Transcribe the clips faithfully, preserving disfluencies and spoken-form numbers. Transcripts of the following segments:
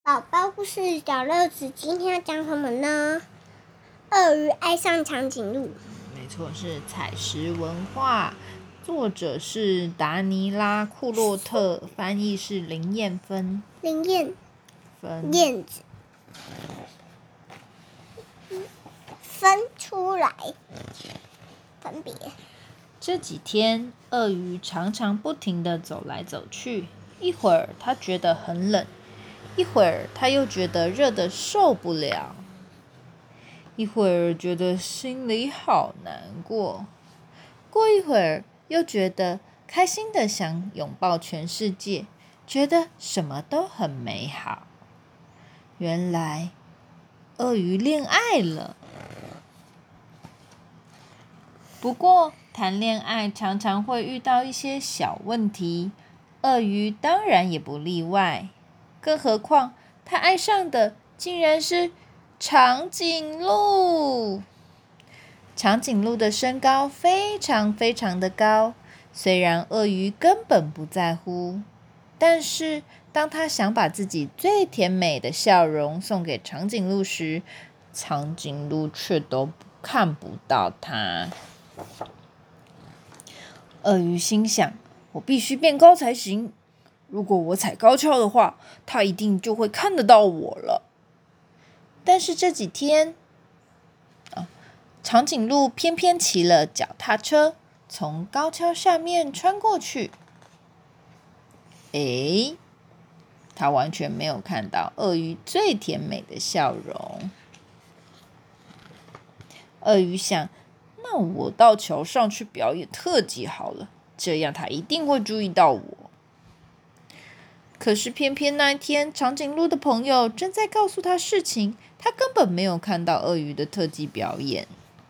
宝宝故事小乐子今天要讲什么呢？鳄鱼爱上长颈鹿。 没错，是采食文化，作者是达尼拉·库洛特，翻译是林燕芬。 林燕芬燕子分出来，分别。 这几天，鳄鱼常常不停地走来走去，一会儿它觉得很冷，一会儿它又觉得热得受不了，一会儿觉得心里好难过，过一会儿又觉得开心的想拥抱全世界，觉得什么都很美好。原来，鳄鱼恋爱了。不过，谈恋爱常常会遇到一些小问题，鳄鱼当然也不例外。更何况，他爱上的竟然是长颈鹿。长颈鹿的身高非常非常的高，虽然鳄鱼根本不在乎，但是当他想把自己最甜美的笑容送给长颈鹿时，长颈鹿却都看不到他。鳄鱼心想，我必须变高才行，如果我踩高跷的话，他一定就会看得到我了。但是这几天，啊，长颈鹿偏偏骑了脚踏车，从高跷下面穿过去。诶，他完全没有看到鳄鱼最甜美的笑容。鳄鱼想，那我到桥上去表演特技好了，这样他一定会注意到我。可是偏偏那一天，长颈鹿的朋友正在告诉他事情，他根本没有看到鳄鱼的特技表演。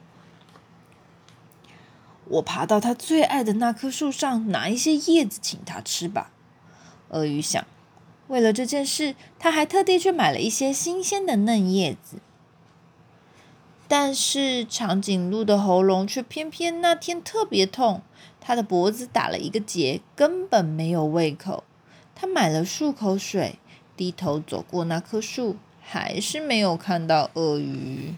我爬到他最爱的那棵树上，拿一些叶子请他吃吧。鳄鱼想，为了这件事，他还特地去买了一些新鲜的嫩叶子。但是长颈鹿的喉咙却偏偏那天特别痛，它的脖子打了一个结，根本没有胃口。它买了漱口水，低头走过那棵树，还是没有看到鳄鱼。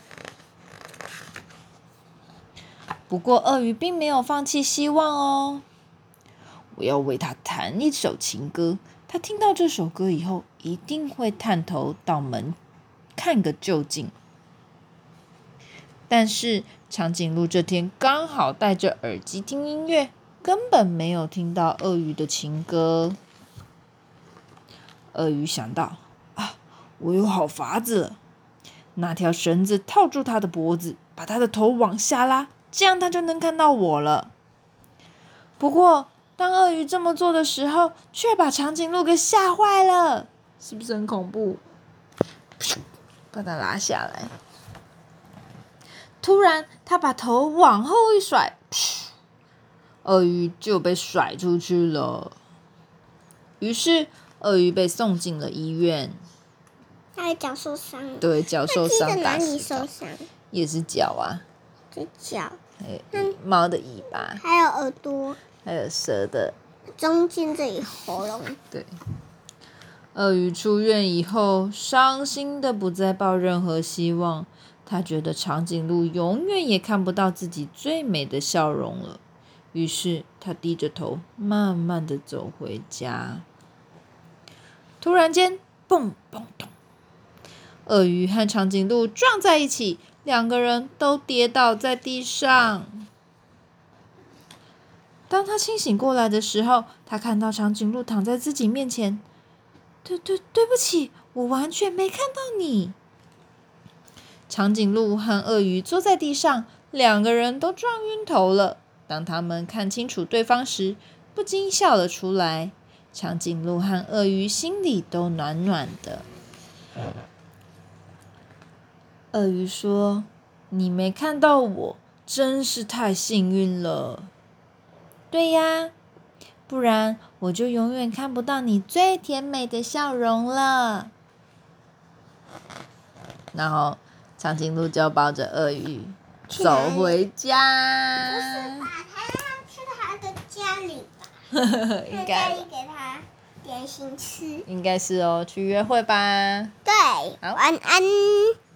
不过鳄鱼并没有放弃希望哦。我要为它弹一首情歌，它听到这首歌以后，一定会探头到门看个究竟。但是长颈鹿这天刚好戴着耳机听音乐，根本没有听到鳄鱼的情歌。鳄鱼想到，啊，我有好法子了，拿条绳子套住它的脖子，把它的头往下拉，这样它就能看到我了。不过当鳄鱼这么做的时候，却把长颈鹿给吓坏了，是不是很恐怖？把它拉下来。突然，他把头往后一甩，鳄鱼就被甩出去了。于是，鳄鱼被送进了医院。 他的脚受伤了。 对，脚受伤， 他记得哪里受伤？ 也是脚啊。 这脚。 还有猫的尾巴， 还有耳朵， 还有蛇的中间这里喉咙。 对。鳄鱼出院以后，伤心的不再抱任何希望。他觉得长颈鹿永远也看不到自己最美的笑容了，于是他低着头，慢慢的走回家。突然间，蹦蹦咚，鳄鱼和长颈鹿撞在一起，两个人都跌倒在地上。当他清醒过来的时候，他看到长颈鹿躺在自己面前。对对对不起，我完全没看到你。长颈鹿和鳄鱼坐在地上，两个人都撞晕头了。当他们看清楚对方时，不禁笑了出来。长颈鹿和鳄鱼心里都暖暖的。鳄鱼说：“你没看到我，真是太幸运了。”对呀，不然我就永远看不到你最甜美的笑容了。然后长颈鹿就抱着鳄鱼走回家。 不是吧？他要去他的家里吧？ 应该给他点心吃。 应该是哦，去约会吧。 对， 好晚安。